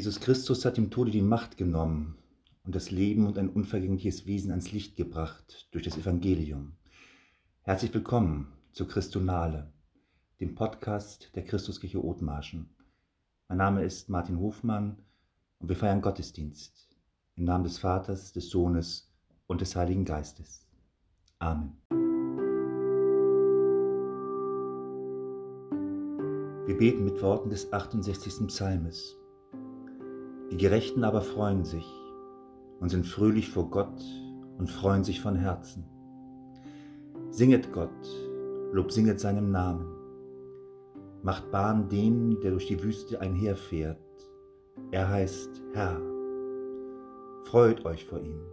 Jesus Christus hat dem Tode die Macht genommen und das Leben und ein unvergängliches Wesen ans Licht gebracht durch das Evangelium. Herzlich willkommen zu Christonale, dem Podcast der Christuskirche Othmarschen. Mein Name ist Martin Hofmann und wir feiern Gottesdienst im Namen des Vaters, des Sohnes und des Heiligen Geistes. Amen. Wir beten mit Worten des 68. Psalmes. Die Gerechten aber freuen sich und sind fröhlich vor Gott und freuen sich von Herzen. Singet Gott, Lob singet seinem Namen. Macht Bahn dem, der durch die Wüste einherfährt. Er heißt Herr. Freut euch vor ihm.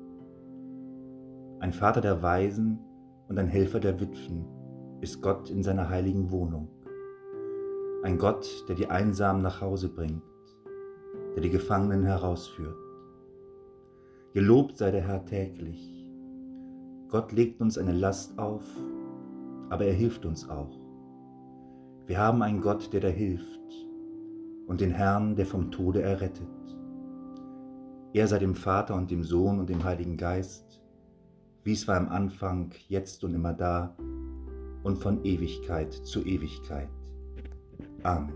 Ein Vater der Waisen und ein Helfer der Witwen ist Gott in seiner heiligen Wohnung. Ein Gott, der die Einsamen nach Hause bringt, der die Gefangenen herausführt. Gelobt sei der Herr täglich. Gott legt uns eine Last auf, aber er hilft uns auch. Wir haben einen Gott, der da hilft, und den Herrn, der vom Tode errettet. Er sei dem Vater und dem Sohn und dem Heiligen Geist, wie es war am Anfang, jetzt und immer da und von Ewigkeit zu Ewigkeit. Amen.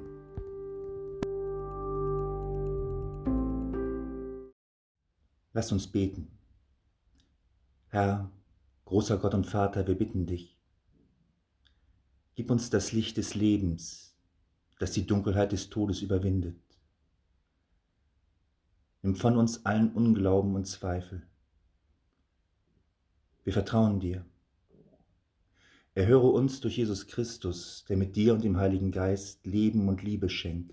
Lasst uns beten. Herr, großer Gott und Vater, wir bitten dich, gib uns das Licht des Lebens, das die Dunkelheit des Todes überwindet. Nimm von uns allen Unglauben und Zweifel. Wir vertrauen dir. Erhöre uns durch Jesus Christus, der mit dir und dem Heiligen Geist Leben und Liebe schenkt.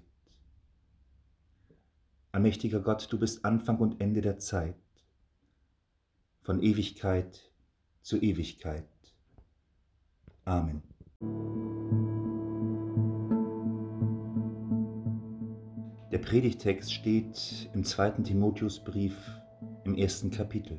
Allmächtiger Gott, du bist Anfang und Ende der Zeit, von Ewigkeit zu Ewigkeit. Amen. Der Predigtext steht im 2. Timotheusbrief im 1. Kapitel.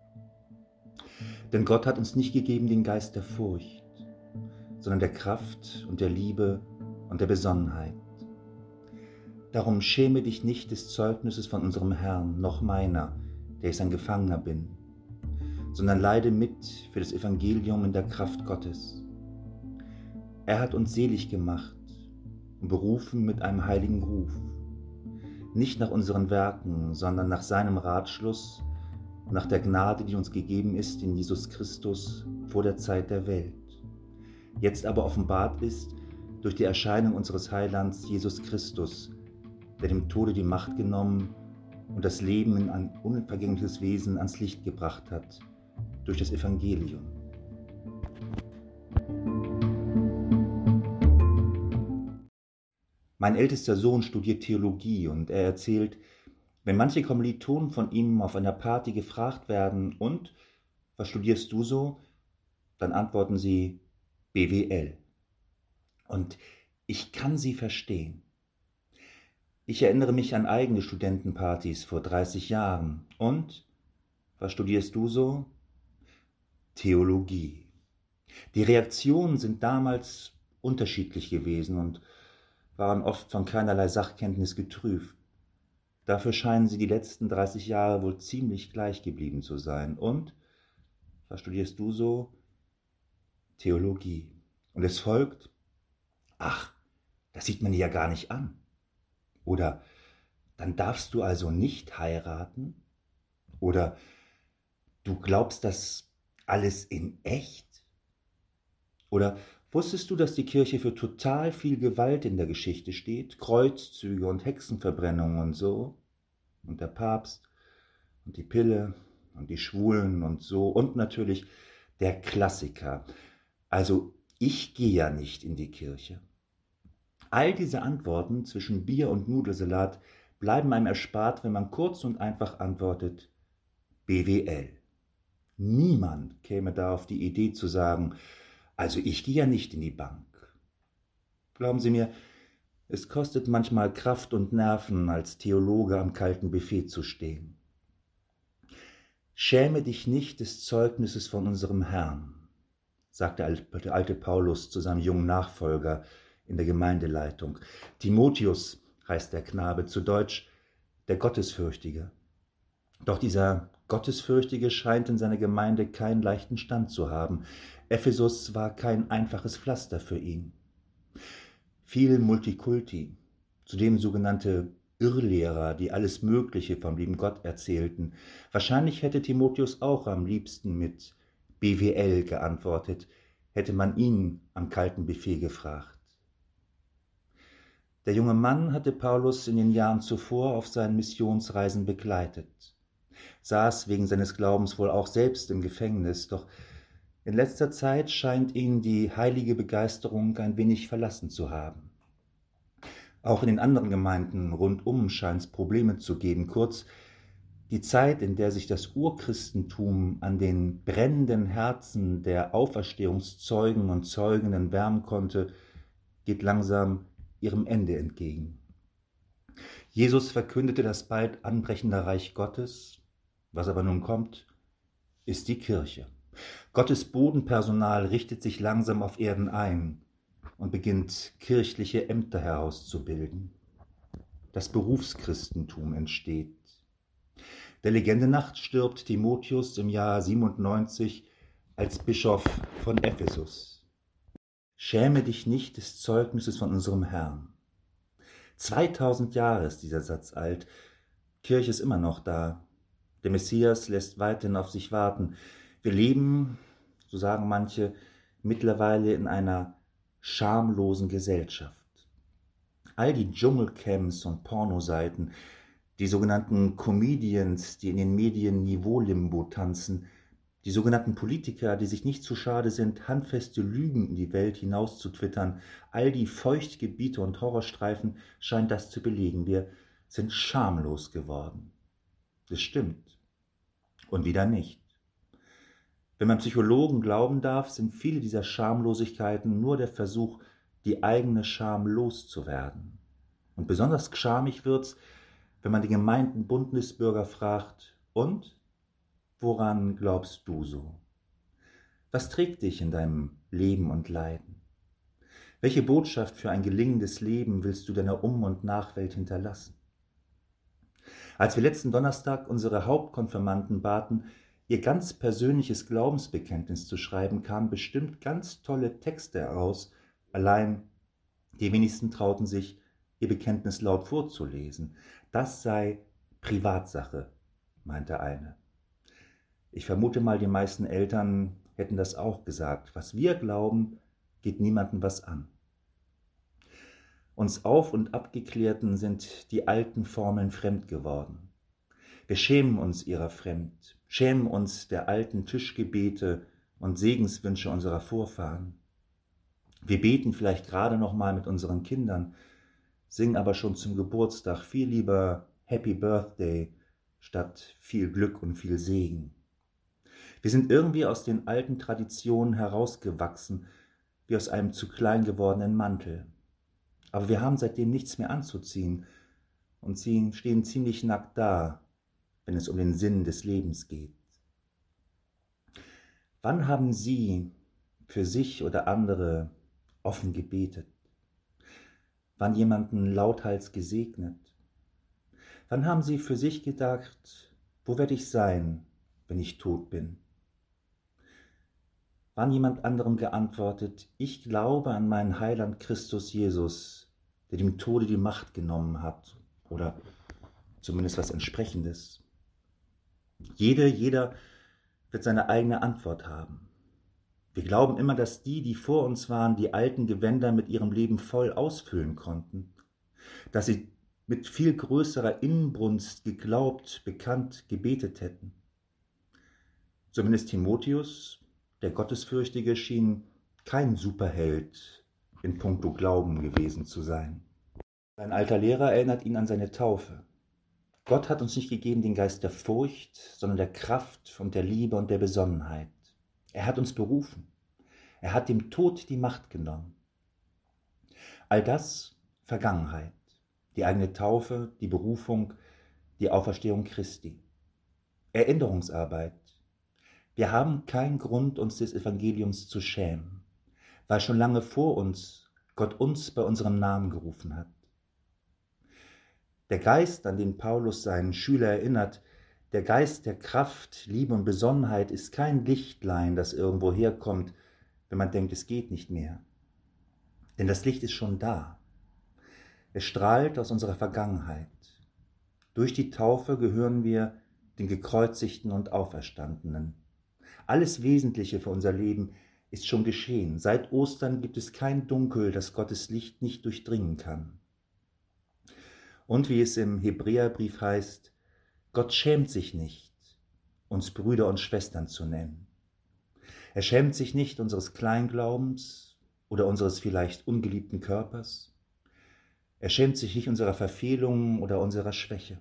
Denn Gott hat uns nicht gegeben den Geist der Furcht, sondern der Kraft und der Liebe und der Besonnenheit. Darum schäme dich nicht des Zeugnisses von unserem Herrn, noch meiner, der ich sein Gefangener bin, sondern leide mit für das Evangelium in der Kraft Gottes. Er hat uns selig gemacht und berufen mit einem heiligen Ruf, nicht nach unseren Werken, sondern nach seinem Ratschluss und nach der Gnade, die uns gegeben ist in Jesus Christus vor der Zeit der Welt, jetzt aber offenbart ist durch die Erscheinung unseres Heilands Jesus Christus, der dem Tode die Macht genommen und das Leben in ein unvergängliches Wesen ans Licht gebracht hat, durch das Evangelium. Mein ältester Sohn studiert Theologie und er erzählt, wenn manche Kommilitonen von ihm auf einer Party gefragt werden, und, was studierst du so? Dann antworten sie, BWL. Und ich kann sie verstehen. Ich erinnere mich an eigene Studentenpartys vor 30 Jahren. Und, was studierst du so? Theologie. Die Reaktionen sind damals unterschiedlich gewesen und waren oft von keinerlei Sachkenntnis getrübt. Dafür scheinen sie die letzten 30 Jahre wohl ziemlich gleich geblieben zu sein. Und, was studierst du so? Theologie. Und es folgt, ach, das sieht man dir ja gar nicht an. Oder, dann darfst du also nicht heiraten? Oder, du glaubst das alles in echt? Oder, wusstest du, dass die Kirche für total viel Gewalt in der Geschichte steht? Kreuzzüge und Hexenverbrennungen und so. Und der Papst und die Pille und die Schwulen und so. Und natürlich der Klassiker. Also, ich gehe ja nicht in die Kirche. All diese Antworten zwischen Bier und Nudelsalat bleiben einem erspart, wenn man kurz und einfach antwortet, BWL. Niemand käme da auf die Idee zu sagen, also ich gehe ja nicht in die Bank. Glauben Sie mir, es kostet manchmal Kraft und Nerven, als Theologe am kalten Buffet zu stehen. Schäme dich nicht des Zeugnisses von unserem Herrn, sagt der alte Paulus zu seinem jungen Nachfolger in der Gemeindeleitung. Timotheus heißt der Knabe, zu Deutsch der Gottesfürchtige. Doch dieser Gottesfürchtige scheint in seiner Gemeinde keinen leichten Stand zu haben. Ephesus war kein einfaches Pflaster für ihn. Viel Multikulti, zudem sogenannte Irrlehrer, die alles Mögliche vom lieben Gott erzählten. Wahrscheinlich hätte Timotheus auch am liebsten mit BWL geantwortet, hätte man ihn am kalten Buffet gefragt. Der junge Mann hatte Paulus in den Jahren zuvor auf seinen Missionsreisen begleitet, saß wegen seines Glaubens wohl auch selbst im Gefängnis, doch in letzter Zeit scheint ihn die heilige Begeisterung ein wenig verlassen zu haben. Auch in den anderen Gemeinden rundum scheint es Probleme zu geben. Kurz, die Zeit, in der sich das Urchristentum an den brennenden Herzen der Auferstehungszeugen und Zeuginnen wärmen konnte, geht langsam ihrem Ende entgegen. Jesus verkündete das bald anbrechende Reich Gottes. Was aber nun kommt, ist die Kirche. Gottes Bodenpersonal richtet sich langsam auf Erden ein und beginnt kirchliche Ämter herauszubilden. Das Berufschristentum entsteht. Der Legende nach stirbt Timotheus im Jahr 97 als Bischof von Ephesus. Schäme dich nicht des Zeugnisses von unserem Herrn. 2000 Jahre ist dieser Satz alt. Kirche ist immer noch da. Der Messias lässt weiterhin auf sich warten. Wir leben, so sagen manche, mittlerweile in einer schamlosen Gesellschaft. All die Dschungelcamps und Pornoseiten, die sogenannten Comedians, die in den Medien Niveau-Limbo tanzen, die sogenannten Politiker, die sich nicht zu schade sind, handfeste Lügen in die Welt hinaus zu twittern, all die Feuchtgebiete und Horrorstreifen scheint das zu belegen. Wir sind schamlos geworden. Das stimmt. Und wieder nicht. Wenn man Psychologen glauben darf, sind viele dieser Schamlosigkeiten nur der Versuch, die eigene Scham loszuwerden. Und besonders schamig wird's, wenn man den gemeinten Bundesbürger fragt, und woran glaubst du so? Was trägt dich in deinem Leben und Leiden? Welche Botschaft für ein gelingendes Leben willst du deiner Um- und Nachwelt hinterlassen? Als wir letzten Donnerstag unsere Hauptkonfirmanden baten, ihr ganz persönliches Glaubensbekenntnis zu schreiben, kamen bestimmt ganz tolle Texte heraus, allein die wenigsten trauten sich, ihr Bekenntnis laut vorzulesen. Das sei Privatsache, meinte eine. Ich vermute mal, die meisten Eltern hätten das auch gesagt. Was wir glauben, geht niemandem was an. Uns Auf- und Abgeklärten sind die alten Formeln fremd geworden. Wir schämen uns ihrer fremd, schämen uns der alten Tischgebete und Segenswünsche unserer Vorfahren. Wir beten vielleicht gerade noch mal mit unseren Kindern, singen aber schon zum Geburtstag viel lieber Happy Birthday statt viel Glück und viel Segen. Wir sind irgendwie aus den alten Traditionen herausgewachsen, wie aus einem zu klein gewordenen Mantel. Aber wir haben seitdem nichts mehr anzuziehen und stehen ziemlich nackt da, wenn es um den Sinn des Lebens geht. Wann haben Sie für sich oder andere offen gebetet? Wann jemanden lauthals gesegnet? Wann haben Sie für sich gedacht, wo werde ich sein, wenn ich tot bin? Wann jemand anderem geantwortet, ich glaube an meinen Heiland Christus Jesus, der dem Tode die Macht genommen hat, oder zumindest was Entsprechendes. Jeder wird seine eigene Antwort haben. Wir glauben immer, dass die vor uns waren, die alten Gewänder mit ihrem Leben voll ausfüllen konnten, dass sie mit viel größerer Inbrunst geglaubt, bekannt, gebetet hätten. Zumindest Timotheus, der Gottesfürchtige, schien kein Superheld in puncto Glauben gewesen zu sein. Sein alter Lehrer erinnert ihn an seine Taufe. Gott hat uns nicht gegeben den Geist der Furcht, sondern der Kraft und der Liebe und der Besonnenheit. Er hat uns berufen. Er hat dem Tod die Macht genommen. All das Vergangenheit, die eigene Taufe, die Berufung, die Auferstehung Christi. Erinnerungsarbeit. Wir haben keinen Grund, uns des Evangeliums zu schämen, weil schon lange vor uns Gott uns bei unserem Namen gerufen hat. Der Geist, an den Paulus seinen Schüler erinnert, der Geist der Kraft, Liebe und Besonnenheit ist kein Lichtlein, das irgendwo herkommt, wenn man denkt, es geht nicht mehr. Denn das Licht ist schon da. Es strahlt aus unserer Vergangenheit. Durch die Taufe gehören wir den Gekreuzigten und Auferstandenen. Alles Wesentliche für unser Leben ist schon geschehen. Seit Ostern gibt es kein Dunkel, das Gottes Licht nicht durchdringen kann. Und wie es im Hebräerbrief heißt, Gott schämt sich nicht, uns Brüder und Schwestern zu nennen. Er schämt sich nicht unseres Kleinglaubens oder unseres vielleicht ungeliebten Körpers. Er schämt sich nicht unserer Verfehlungen oder unserer Schwäche.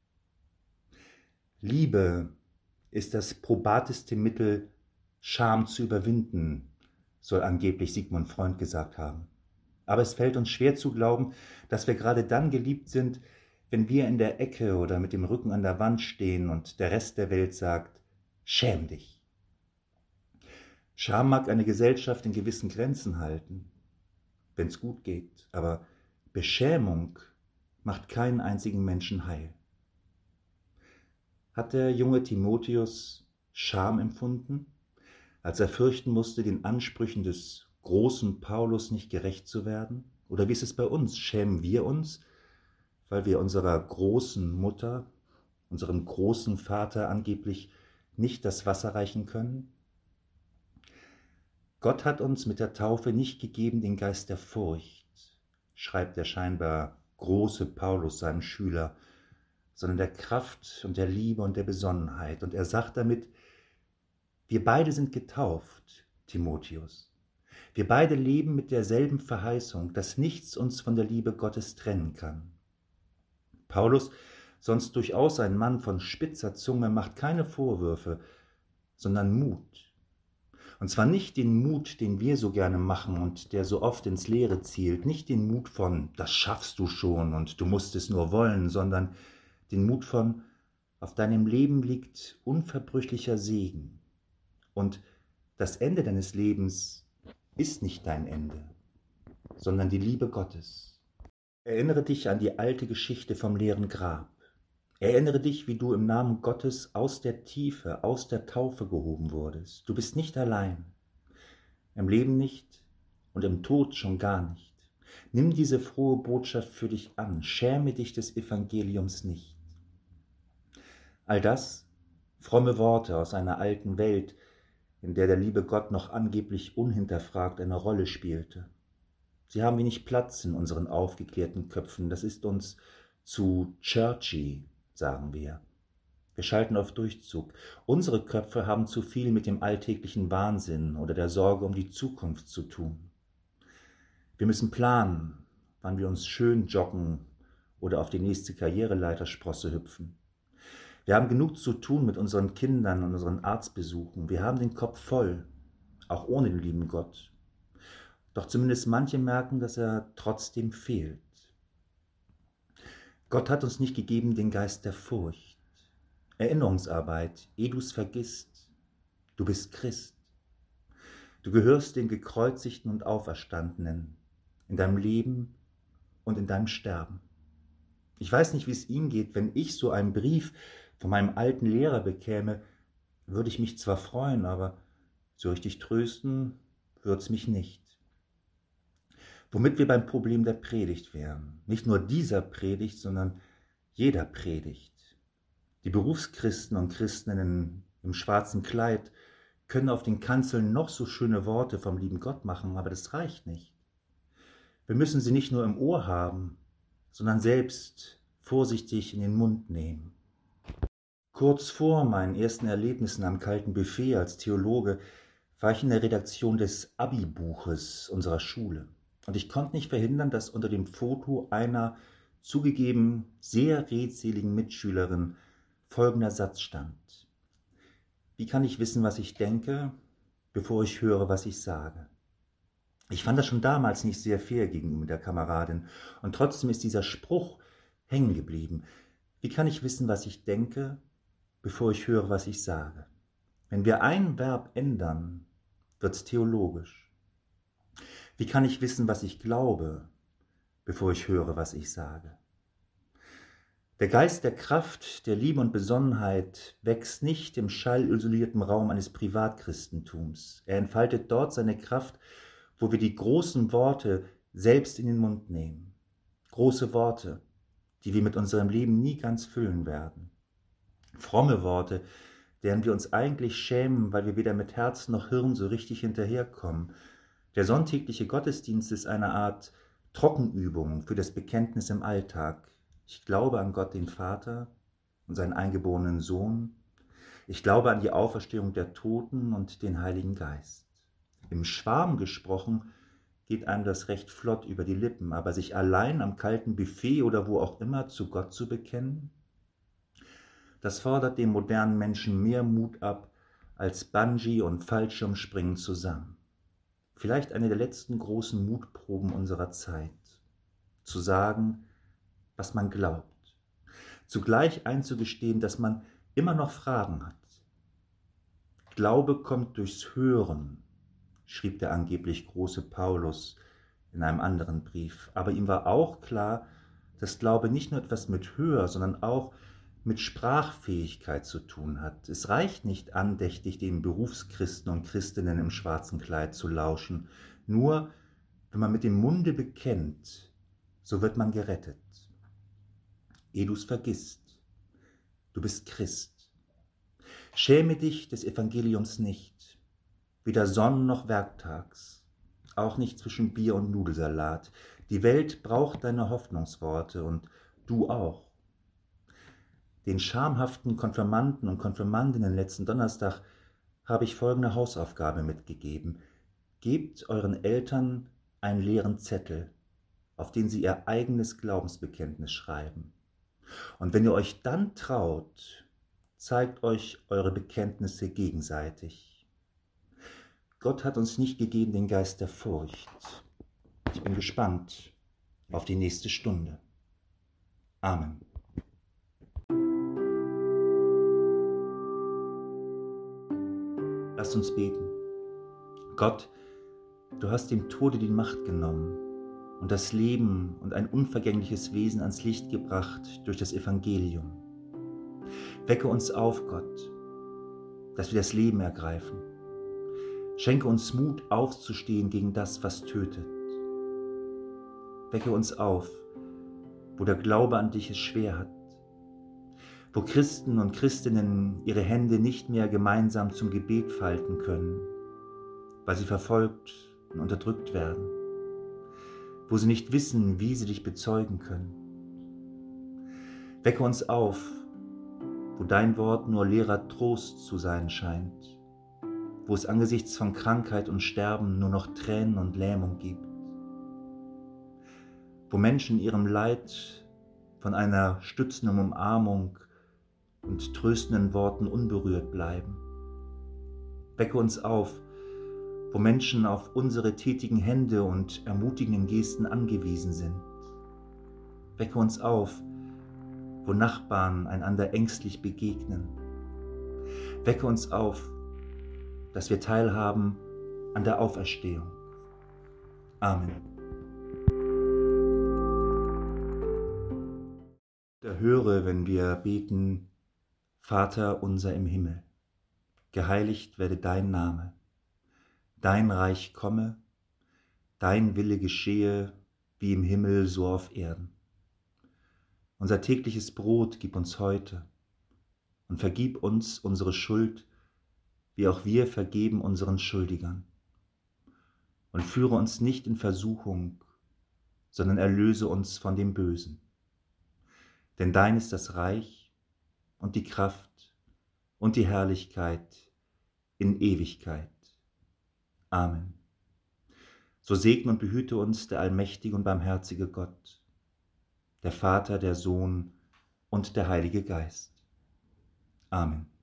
Liebe ist das probateste Mittel, Scham zu überwinden, soll angeblich Sigmund Freud gesagt haben. Aber es fällt uns schwer zu glauben, dass wir gerade dann geliebt sind, wenn wir in der Ecke oder mit dem Rücken an der Wand stehen und der Rest der Welt sagt, schäm dich. Scham mag eine Gesellschaft in gewissen Grenzen halten, wenn es gut geht, aber Beschämung macht keinen einzigen Menschen heil. Hat der junge Timotheus Scham empfunden, als er fürchten musste, den Ansprüchen des großen Paulus nicht gerecht zu werden? Oder wie ist es bei uns? Schämen wir uns, weil wir unserer großen Mutter, unserem großen Vater angeblich nicht das Wasser reichen können? Gott hat uns mit der Taufe nicht gegeben den Geist der Furcht, schreibt der scheinbar große Paulus seinem Schüler, sondern der Kraft und der Liebe und der Besonnenheit. Und er sagt damit, wir beide sind getauft, Timotheus. Wir beide leben mit derselben Verheißung, dass nichts uns von der Liebe Gottes trennen kann. Paulus, sonst durchaus ein Mann von spitzer Zunge, macht keine Vorwürfe, sondern Mut. Und zwar nicht den Mut, den wir so gerne machen und der so oft ins Leere zielt, nicht den Mut von, das schaffst du schon und du musst es nur wollen, sondern den Mut von, auf deinem Leben liegt unverbrüchlicher Segen. Und das Ende deines Lebens ist nicht dein Ende, sondern die Liebe Gottes. Erinnere dich an die alte Geschichte vom leeren Grab. Erinnere dich, wie du im Namen Gottes aus der Tiefe, aus der Taufe gehoben wurdest. Du bist nicht allein, im Leben nicht und im Tod schon gar nicht. Nimm diese frohe Botschaft für dich an, schäme dich des Evangeliums nicht. All das, fromme Worte aus einer alten Welt, in der liebe Gott noch angeblich unhinterfragt eine Rolle spielte. Sie haben wenig Platz in unseren aufgeklärten Köpfen, das ist uns zu churchy, sagen wir. Wir schalten auf Durchzug. Unsere Köpfe haben zu viel mit dem alltäglichen Wahnsinn oder der Sorge um die Zukunft zu tun. Wir müssen planen, wann wir uns schön joggen oder auf die nächste Karriereleitersprosse hüpfen. Wir haben genug zu tun mit unseren Kindern und unseren Arztbesuchen. Wir haben den Kopf voll, auch ohne den lieben Gott. Doch zumindest manche merken, dass er trotzdem fehlt. Gott hat uns nicht gegeben den Geist der Furcht. Erinnerungsarbeit, ehe du es vergisst. Du bist Christ. Du gehörst dem Gekreuzigten und Auferstandenen in deinem Leben und in deinem Sterben. Ich weiß nicht, wie es ihm geht, wenn ich so einen Brief von meinem alten Lehrer bekäme, würde ich mich zwar freuen, aber so richtig trösten würde es mich nicht. Womit wir beim Problem der Predigt wären. Nicht nur dieser Predigt, sondern jeder Predigt. Die Berufschristen und Christinnen im schwarzen Kleid können auf den Kanzeln noch so schöne Worte vom lieben Gott machen, aber das reicht nicht. Wir müssen sie nicht nur im Ohr haben, sondern selbst vorsichtig in den Mund nehmen. Kurz vor meinen ersten Erlebnissen am kalten Buffet als Theologe war ich in der Redaktion des Abi-Buches unserer Schule. Und ich konnte nicht verhindern, dass unter dem Foto einer zugegeben sehr redseligen Mitschülerin folgender Satz stand. Wie kann ich wissen, was ich denke, bevor ich höre, was ich sage? Ich fand das schon damals nicht sehr fair gegenüber der Kameradin. Und trotzdem ist dieser Spruch hängen geblieben. Wie kann ich wissen, was ich denke, bevor ich höre, was ich sage? Wenn wir ein Verb ändern, wird es theologisch. Wie kann ich wissen, was ich glaube, bevor ich höre, was ich sage? Der Geist der Kraft, der Liebe und Besonnenheit wächst nicht im schallisolierten Raum eines Privatchristentums. Er entfaltet dort seine Kraft, wo wir die großen Worte selbst in den Mund nehmen. Große Worte, die wir mit unserem Leben nie ganz füllen werden. Fromme Worte, deren wir uns eigentlich schämen, weil wir weder mit Herz noch Hirn so richtig hinterherkommen. Der sonntägliche Gottesdienst ist eine Art Trockenübung für das Bekenntnis im Alltag. Ich glaube an Gott, den Vater und seinen eingeborenen Sohn. Ich glaube an die Auferstehung der Toten und den Heiligen Geist. Im Schwarm gesprochen geht einem das recht flott über die Lippen, aber sich allein am kalten Buffet oder wo auch immer zu Gott zu bekennen, das fordert dem modernen Menschen mehr Mut ab als Bungee und Fallschirmspringen zusammen. Vielleicht eine der letzten großen Mutproben unserer Zeit. Zu sagen, was man glaubt. Zugleich einzugestehen, dass man immer noch Fragen hat. Glaube kommt durchs Hören, schrieb der angeblich große Paulus in einem anderen Brief. Aber ihm war auch klar, dass Glaube nicht nur etwas mit Hör, sondern auch mit Sprachfähigkeit zu tun hat. Es reicht nicht andächtig den Berufschristen und Christinnen im schwarzen Kleid zu lauschen. Nur wenn man mit dem Munde bekennt, so wird man gerettet. Ehe du's vergisst, du bist Christ. Schäme dich des Evangeliums nicht, weder Sonn- noch Werktags, auch nicht zwischen Bier und Nudelsalat. Die Welt braucht deine Hoffnungsworte und du auch. Den schamhaften Konfirmanden und Konfirmandinnen letzten Donnerstag habe ich folgende Hausaufgabe mitgegeben. Gebt euren Eltern einen leeren Zettel, auf den sie ihr eigenes Glaubensbekenntnis schreiben. Und wenn ihr euch dann traut, zeigt euch eure Bekenntnisse gegenseitig. Gott hat uns nicht gegeben den Geist der Furcht. Ich bin gespannt auf die nächste Stunde. Amen. Lasst uns beten. Gott, du hast dem Tode die Macht genommen und das Leben und ein unvergängliches Wesen ans Licht gebracht durch das Evangelium. Wecke uns auf, Gott, dass wir das Leben ergreifen. Schenke uns Mut, aufzustehen gegen das, was tötet. Wecke uns auf, wo der Glaube an dich es schwer hat, wo Christen und Christinnen ihre Hände nicht mehr gemeinsam zum Gebet falten können, weil sie verfolgt und unterdrückt werden, wo sie nicht wissen, wie sie dich bezeugen können. Wecke uns auf, wo dein Wort nur leerer Trost zu sein scheint, wo es angesichts von Krankheit und Sterben nur noch Tränen und Lähmung gibt, wo Menschen in ihrem Leid von einer stützenden Umarmung und tröstenden Worten unberührt bleiben. Wecke uns auf, wo Menschen auf unsere tätigen Hände und ermutigenden Gesten angewiesen sind. Wecke uns auf, wo Nachbarn einander ängstlich begegnen. Wecke uns auf, dass wir teilhaben an der Auferstehung. Amen. Höre, wenn wir beten, Vater unser im Himmel, geheiligt werde dein Name, dein Reich komme, dein Wille geschehe, wie im Himmel so auf Erden. Unser tägliches Brot gib uns heute und vergib uns unsere Schuld, wie auch wir vergeben unseren Schuldigern. Und führe uns nicht in Versuchung, sondern erlöse uns von dem Bösen. Denn dein ist das Reich und die Kraft und die Herrlichkeit in Ewigkeit. Amen. So segne und behüte uns der allmächtige und barmherzige Gott, der Vater, der Sohn und der Heilige Geist. Amen.